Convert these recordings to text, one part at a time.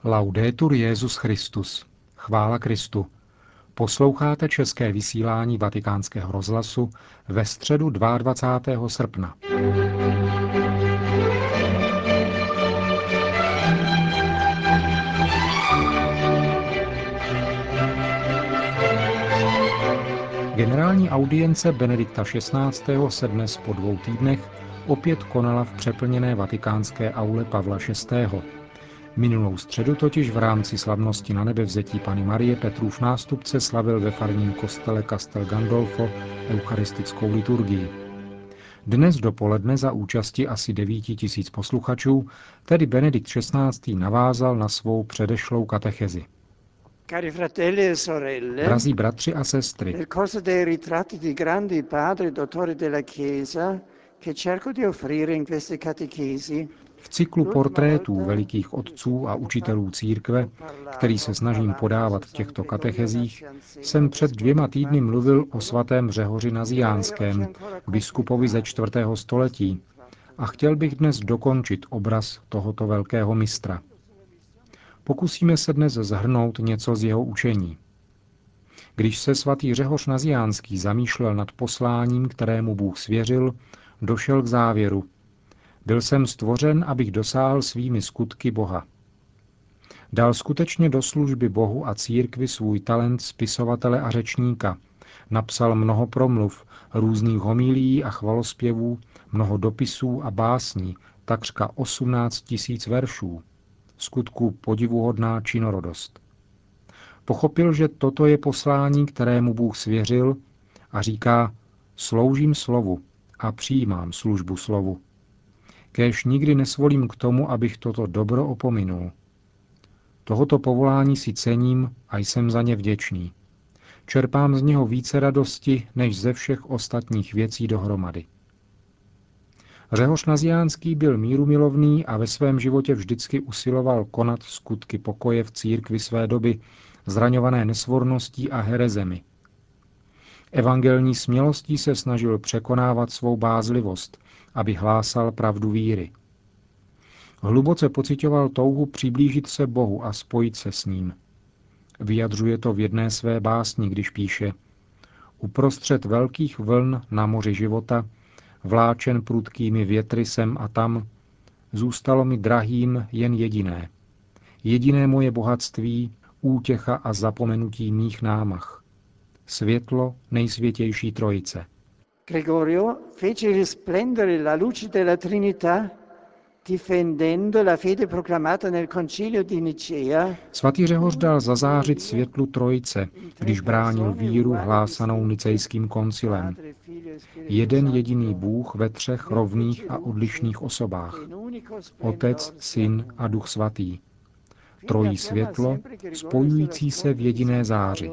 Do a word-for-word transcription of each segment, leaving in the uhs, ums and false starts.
Laudetur Jesus Christus. Chvála Kristu. Posloucháte české vysílání Vatikánského rozhlasu ve středu dvacátého druhého srpna. Generální audience Benedikta šestnáctého se dnes po dvou týdnech opět konala v přeplněné vatikánské aule Pavla šestého. Minulou středu totiž v rámci slavnosti na nebevzetí Panny Marie Petrův nástupce slavil ve farním kostele Castel Gandolfo eucharistickou liturgii. Dnes dopoledne za účasti asi devíti tisíc posluchačů tedy Benedikt šestnáctý navázal na svou předešlou katechezi. Cari fratelli e sorelle, Drazí bratři a sestry, nel corso dei ritratti di grandi padri e dottori della Chiesa che cerco di offrire in queste catechesi, v cyklu portrétů velikých otců a učitelů církve, který se snažím podávat v těchto katechezích, jsem před dvěma týdny mluvil o svatém Řehoři Naziánském, biskupovi ze čtvrtého století, a chtěl bych dnes dokončit obraz tohoto velkého mistra. Pokusíme se dnes shrnout něco z jeho učení. Když se svatý Řehoř Naziánský zamýšlel nad posláním, kterému Bůh svěřil, došel k závěru: Byl jsem stvořen, abych dosáhl svými skutky Boha. Dal skutečně do služby Bohu a církvi svůj talent spisovatele a řečníka. Napsal mnoho promluv, různých homilií a chvalospěvů, mnoho dopisů a básní, takřka osmnáct tisíc veršů. Skutku podivuhodná činorodost. Pochopil, že toto je poslání, kterému Bůh svěřil, a říká: sloužím slovu a přijímám službu slovu. Kéž nikdy nesvolím k tomu, abych toto dobro opominul. Tohoto povolání si cením a jsem za ně vděčný. Čerpám z něho více radosti, než ze všech ostatních věcí dohromady. Řehoř Naziánský byl mírumilovný a ve svém životě vždycky usiloval konat skutky pokoje v církvi své doby, zraňované nesvorností a herezemi. Evangelní smělostí se snažil překonávat svou bázlivost, aby hlásal pravdu víry. Hluboce pociťoval touhu přiblížit se Bohu a spojit se s ním. Vyjadřuje to v jedné své básni, když píše: Uprostřed velkých vln na moři života, vláčen prudkými větry sem a tam, zůstalo mi drahým jen jediné. Jediné moje bohatství, útěcha a zapomenutí mých námach. Světlo nejsvětější trojice. Gregorio fece risplendere la luce della Trinità, difendendo la fede proclamata nel Concilio di Nicea. Svatý Řehoř dal zazářit světlu trojice, když bránil víru hlásanou Nicejským koncilem. Jeden jediný Bůh ve třech rovných a odlišných osobách. Otec, Syn a Duch Svatý. Trojí světlo, spojující se v jediné záři.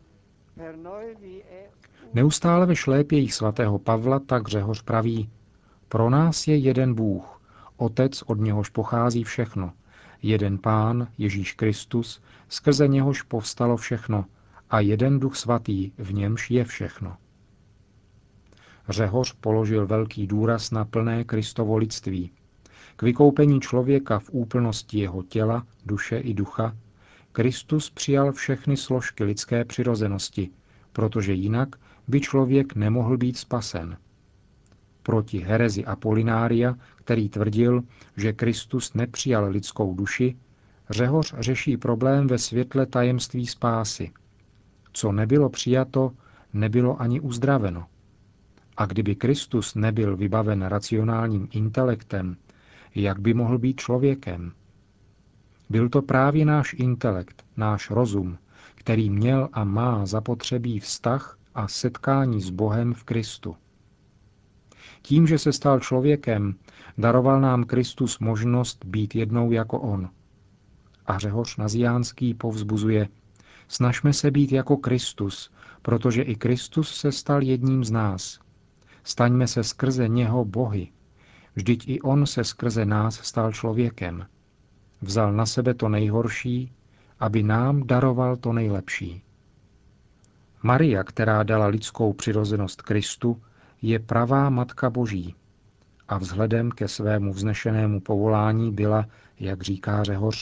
Neustále ve šlépějích svatého Pavla tak Řehoř praví: Pro nás je jeden Bůh, Otec, od něhož pochází všechno, jeden Pán, Ježíš Kristus, skrze něhož povstalo všechno, a jeden Duch Svatý, v němž je všechno. Řehoř položil velký důraz na plné Kristovo lidství. K vykoupení člověka v úplnosti jeho těla, duše i ducha Kristus přijal všechny složky lidské přirozenosti, protože jinak by člověk nemohl být spasen. Proti herezi Apolinária, který tvrdil, že Kristus nepřijal lidskou duši, Řehoř řeší problém ve světle tajemství spásy. Co nebylo přijato, nebylo ani uzdraveno. A kdyby Kristus nebyl vybaven racionálním intelektem, jak by mohl být člověkem? Byl to právě náš intelekt, náš rozum, který měl a má zapotřebí vztah a setkání s Bohem v Kristu. Tím, že se stal člověkem, daroval nám Kristus možnost být jednou jako on. A Řehoř Naziánský povzbuzuje: Snažme se být jako Kristus, protože i Kristus se stal jedním z nás. Staňme se skrze něho bohy. Vždyť i on se skrze nás stal člověkem. Vzal na sebe to nejhorší, aby nám daroval to nejlepší. Maria, která dala lidskou přirozenost Kristu, je pravá Matka Boží a vzhledem ke svému vznešenému povolání byla, jak říká Řehoř,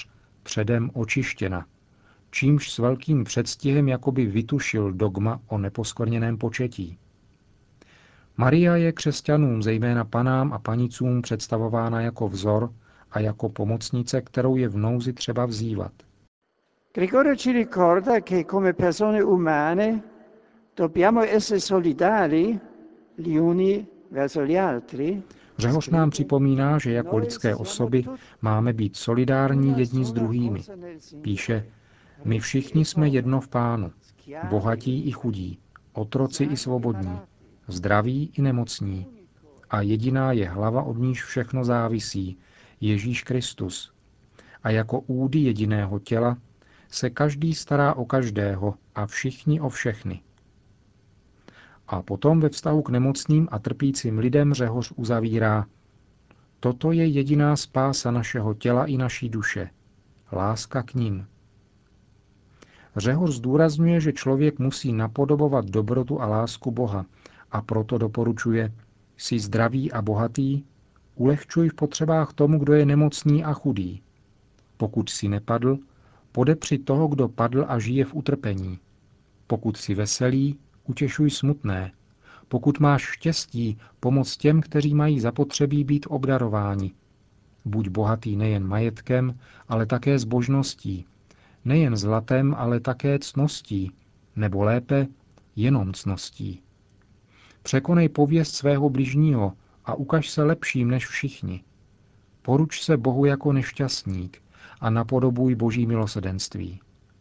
předem očištěna, čímž s velkým předstihem jakoby vytušil dogma o neposkvrněném početí. Maria je křesťanům, zejména panám a panicům, představována jako vzor a jako pomocnice, kterou je v nouzi třeba vzývat. Gregorio ci ricorda che come persone umane dobbiamo essere solidali gli uni verso gli altri. Řehoř nám připomíná, že jako lidské osoby máme být solidární jedni s druhými. Píše, my všichni jsme jedno v Pánu, bohatí i chudí, otroci i svobodní, zdraví i nemocní. A jediná je hlava, od níž všechno závisí, Ježíš Kristus. A jako údy jediného těla se každý stará o každého a všichni o všechny. A potom ve vztahu k nemocným a trpícím lidem Řehoř uzavírá: toto je jediná spása našeho těla i naší duše. Láska k nim. Řehoř zdůrazňuje, že člověk musí napodobovat dobrotu a lásku Boha a proto doporučuje: jsi zdravý a bohatý, ulehčuj v potřebách tomu, kdo je nemocný a chudý. Pokud jsi nepadl, podepři toho, kdo padl a žije v utrpení. Pokud jsi veselý, utěšuj smutné. Pokud máš štěstí, pomoc těm, kteří mají zapotřebí být obdarováni. Buď bohatý nejen majetkem, ale také zbožností. Nejen zlatem, ale také ctností, nebo lépe, jenom ctností. Překonej pověst svého bližního a ukaž se lepším než všichni. Poruč se Bohu jako nešťastník a napodobuj Boží milosrdenství.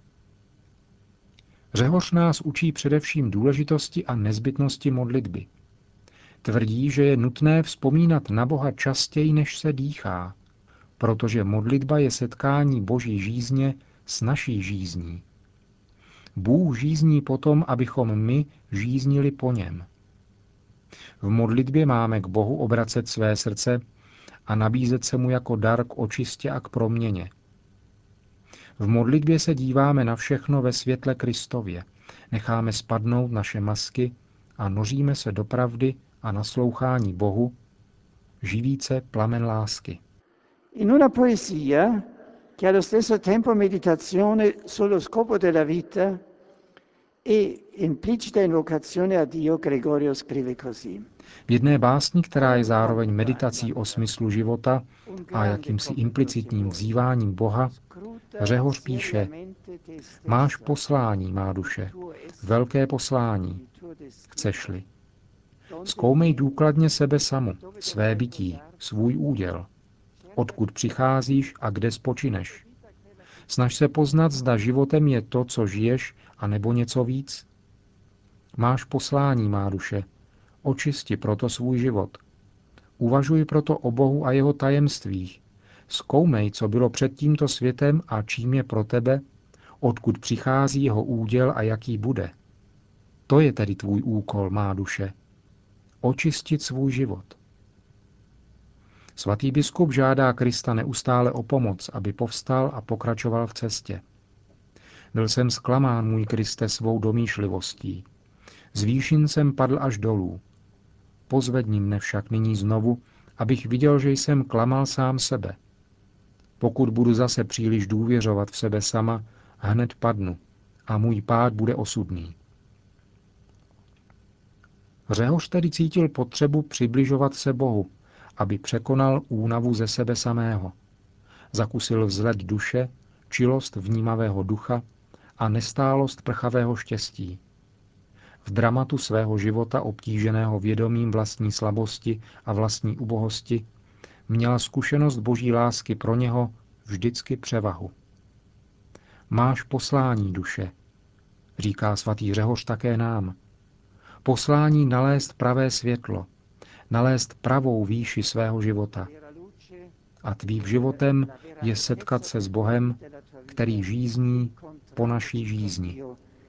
Řehoř nás učí především důležitosti a nezbytnosti modlitby. Tvrdí, že je nutné vzpomínat na Boha častěji, než se dýchá, protože modlitba je setkání Boží žízně s naší žízní. Bůh žízní potom, abychom my žíznili po něm. V modlitbě máme k Bohu obracet své srdce a nabízet se mu jako dar k očistě a k proměně. V modlitbě se díváme na všechno ve světle Kristově, necháme spadnout naše masky a noříme se do pravdy a naslouchání Bohu, živíce plamen lásky. In una poesia che allo stesso tempo meditazione sullo scopo della vita e implicita invocazione a Dio, Gregorio scrive così. V jedné básni, která je zároveň meditací o smyslu života a jakýmsi implicitním vzýváním Boha, Řehoř píše: máš poslání, má duše, velké poslání, chceš-li. Zkoumej důkladně sebe samu, své bytí, svůj úděl, odkud přicházíš a kde spočineš. Snaž se poznat, zda životem je to, co žiješ, anebo něco víc. Máš poslání, má duše, očisti proto svůj život. Uvažuj proto o Bohu a jeho tajemstvích. Zkoumej, co bylo před tímto světem a čím je pro tebe, odkud přichází jeho úděl a jaký bude. To je tedy tvůj úkol, má duše. Očistit svůj život. Svatý biskup žádá Krista neustále o pomoc, aby povstal a pokračoval v cestě. Byl jsem zklamán, můj Kriste, svou domýšlivostí. Z výšin jsem padl až dolů. Pozvedni mne však nyní znovu, abych viděl, že jsem klamal sám sebe. Pokud budu zase příliš důvěřovat v sebe sama, hned padnu a můj pád bude osudný. Řehoř tedy cítil potřebu přibližovat se Bohu, aby překonal únavu ze sebe samého. Zakusil vzhled duše, čilost vnímavého ducha a nestálost prchavého štěstí. V dramatu svého života obtíženého vědomím vlastní slabosti a vlastní ubohosti měla zkušenost Boží lásky pro něho vždycky převahu. Máš poslání, duše, říká svatý Řehoř také nám. Poslání nalézt pravé světlo, nalézt pravou výši svého života. A tvým životem je setkat se s Bohem, který žízní po naší žízni.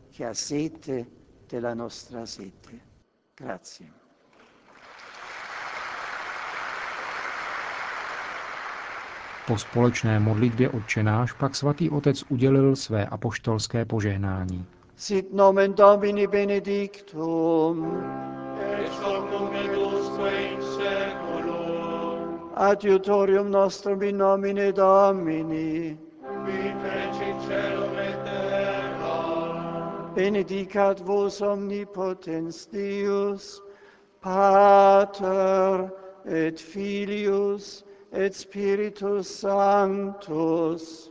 Po společné modlitbě Otčenáš pak svatý otec udělil své apoštolské požehnání. Sit nomen Domini benedictum, ex hoc nunc et usque in seculum, adiutorium nostrum in nomine Domini, qui celum et terra. Benedicat vos omnipotens Deus, Pater et Filius et Spiritus Sanctus.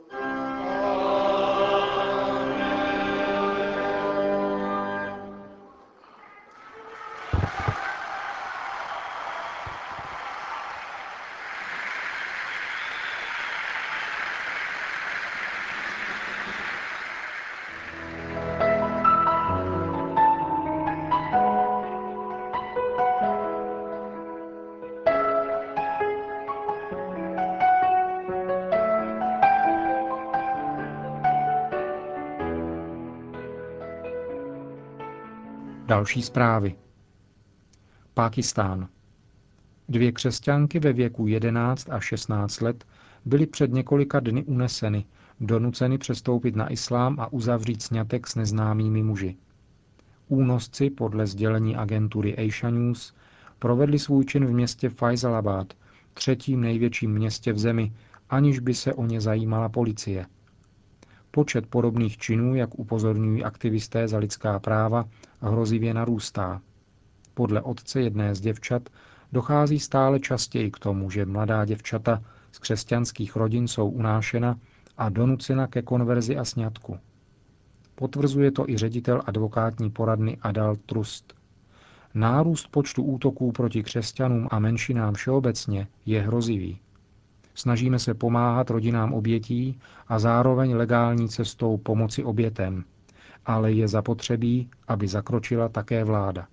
Další zprávy. Pákistán. Dvě křesťanky ve věku jedenáct a šestnáct let byly před několika dny uneseny, donuceny přestoupit na islám a uzavřít sňatek s neznámými muži. Únosci podle sdělení agentury Asia News provedli svůj čin v městě Faisalabad, třetím největším městě v zemi, aniž by se o ně zajímala policie. Počet podobných činů, jak upozorňují aktivisté za lidská práva, hrozivě narůstá. Podle otce jedné z děvčat dochází stále častěji k tomu, že mladá děvčata z křesťanských rodin jsou unášena a donucena ke konverzi a sňatku. Potvrzuje to i ředitel advokátní poradny Adal Trust. Nárůst počtu útoků proti křesťanům a menšinám všeobecně je hrozivý. Snažíme se pomáhat rodinám obětí a zároveň legální cestou pomoci obětem, ale je zapotřebí, aby zakročila také vláda.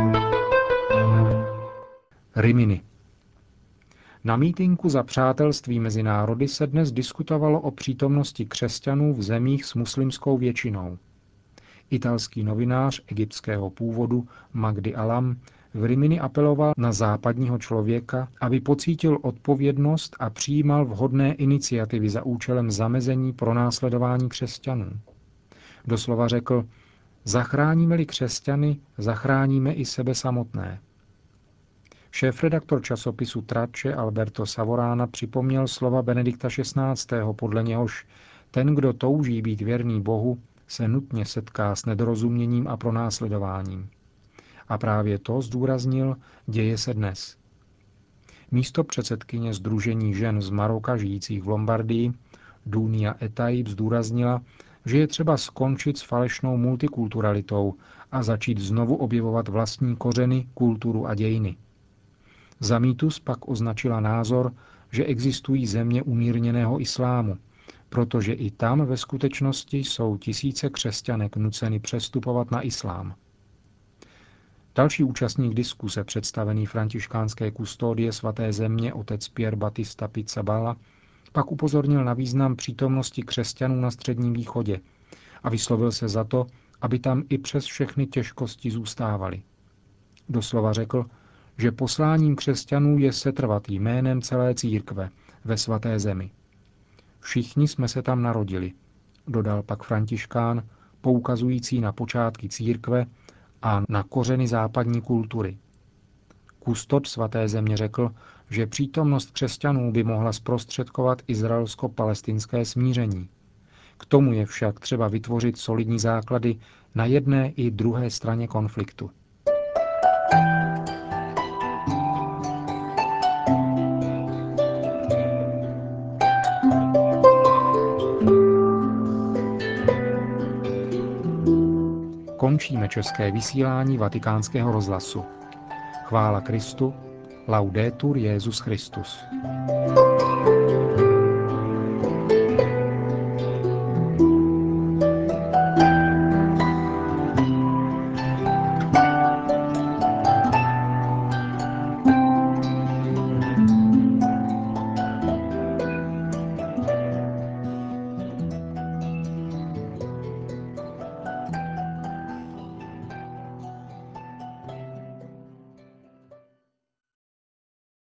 Rimini. Na mítinku za přátelství mezi národy se dnes diskutovalo o přítomnosti křesťanů v zemích s muslimskou většinou. Italský novinář egyptského původu Magdi Alam v Rimini apeloval na západního člověka, aby pocítil odpovědnost a přijímal vhodné iniciativy za účelem zamezení pronásledování křesťanů. Doslova řekl, zachráníme-li křesťany, zachráníme i sebe samotné. Šéfredaktor časopisu Trace Alberto Savorana připomněl slova Benedikta šestnáctého, podle něhož ten, kdo touží být věrný Bohu, se nutně setká s nedorozuměním a pronásledováním. A právě to, zdůraznil, děje se dnes. Místo předsedkyně Sdružení žen z Maroka žijících v Lombardii, Dunia Etaib, zdůraznila, že je třeba skončit s falešnou multikulturalitou a začít znovu objevovat vlastní kořeny, kulturu a dějiny. Za mýtus pak označila názor, že existují země umírněného islámu, protože i tam ve skutečnosti jsou tisíce křesťanek nuceny přestupovat na islám. Další účastník diskuse, představený františkánské kustodie svaté země otec Pier Battista Pizzaballa, pak upozornil na význam přítomnosti křesťanů na Středním východě a vyslovil se za to, aby tam i přes všechny těžkosti zůstávali. Doslova řekl, že posláním křesťanů je setrvat jménem celé církve ve svaté zemi. Všichni jsme se tam narodili, dodal pak františkán, poukazující na počátky církve a na kořeny západní kultury. Kustod svaté země řekl, že přítomnost křesťanů by mohla zprostředkovat izraelsko-palestinské smíření. K tomu je však třeba vytvořit solidní základy na jedné i druhé straně konfliktu. Končíme české vysílání Vatikánského rozhlasu. Chvála Kristu, laudetur Jesus Christus.